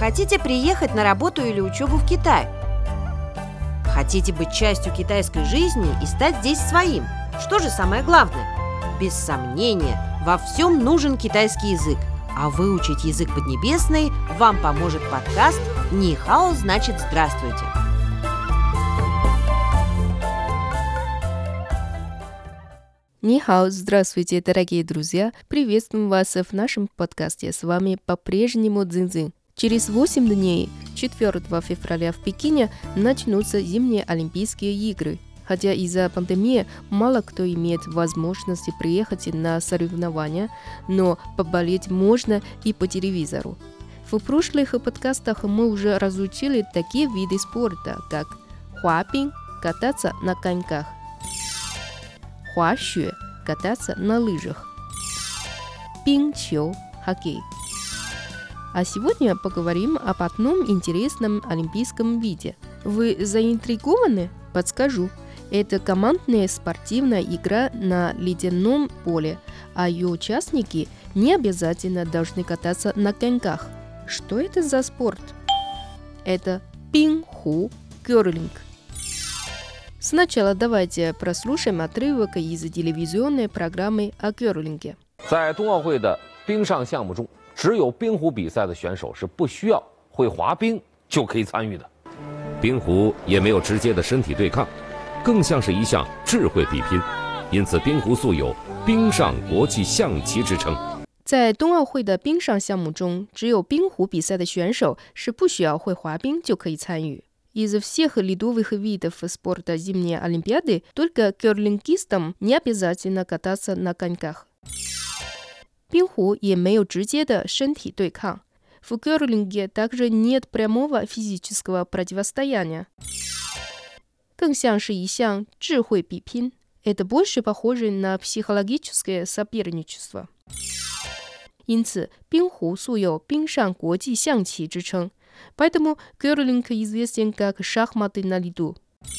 Хотите приехать на работу или учебу в Китай? Хотите быть частью китайской жизни и стать здесь своим? Что же самое главное? Без сомнения, во всем нужен китайский язык. А выучить язык поднебесный вам поможет подкаст «Ни хао значит здравствуйте». Ни хао, здравствуйте, дорогие друзья! Приветствуем вас в нашем подкасте. С вами по-прежнему Цзиньцзинь. Через 8 дней, 4 февраля в Пекине, начнутся зимние Олимпийские игры. Хотя из-за пандемии мало кто имеет возможности приехать на соревнования, но поболеть можно и по телевизору. В прошлых подкастах мы уже разучили такие виды спорта, как хуапинь – кататься на коньках, хуашue – кататься на лыжах, пинчоу – хоккей. А сегодня поговорим об одном интересном олимпийском виде. Вы заинтригованы? Подскажу. Это командная спортивная игра на ледяном поле, а ее участники не обязательно должны кататься на коньках. Что это за спорт? Это пинху кёрлинг. Сначала давайте прослушаем отрывок из телевизионной программы о кёрлинге. 在冬奥会的冰上项目中，只有冰壶比赛的选手是不需要会滑冰就可以参与的。冰壶也没有直接的身体对抗，更像是一项智慧比拼，因此冰壶素有“冰上国际象棋”之称。 在冬奥会的冰上项目中，只有冰壶比赛的选手是不需要会滑冰就可以参与。Из всех ледовых видов спорта зимней Олимпиады только кёрлингистам не обязательно кататься на коньках. 冰壶也没有直接的身体对抗。В кёрлинге также нет прямого физического противостояния. 更像是一项智慧比拼. Это больше похоже на психологическое соперничество. 因此，冰壶素有“冰上国际象棋”之称。Поэтому кёрлинг известен как шахматы на льду.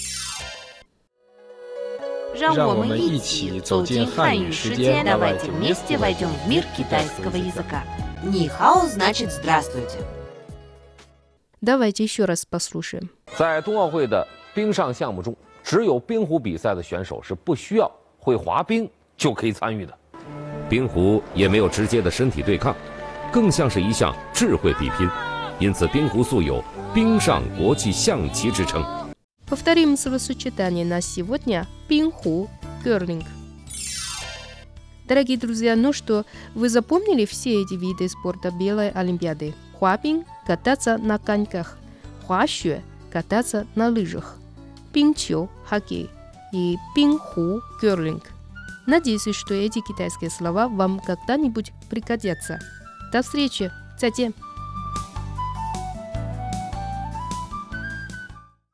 让我们一起走进汉语世界, давайте вместе войдем в мир китайского языка. Ни хао значит здравствуйте. Давайте еще раз послушаем. 在冬奥会的冰上项目中，只有冰壶比赛的选手是不需要会滑冰就可以参与的。冰壶也没有直接的身体对抗，更像是一项智慧比拼，因此冰壶素有“冰上国际象棋”之称。 Повторим словосочетание на сегодня «пинху кёрлинг». Дорогие друзья, ну что, вы запомнили все эти виды спорта Белой Олимпиады? Хуапинь – кататься на коньках, хуашue – кататься на лыжах, пинчоу – хоккей и пинху – кёрлинг. Надеюсь, что эти китайские слова вам когда-нибудь пригодятся. До встречи! 再见!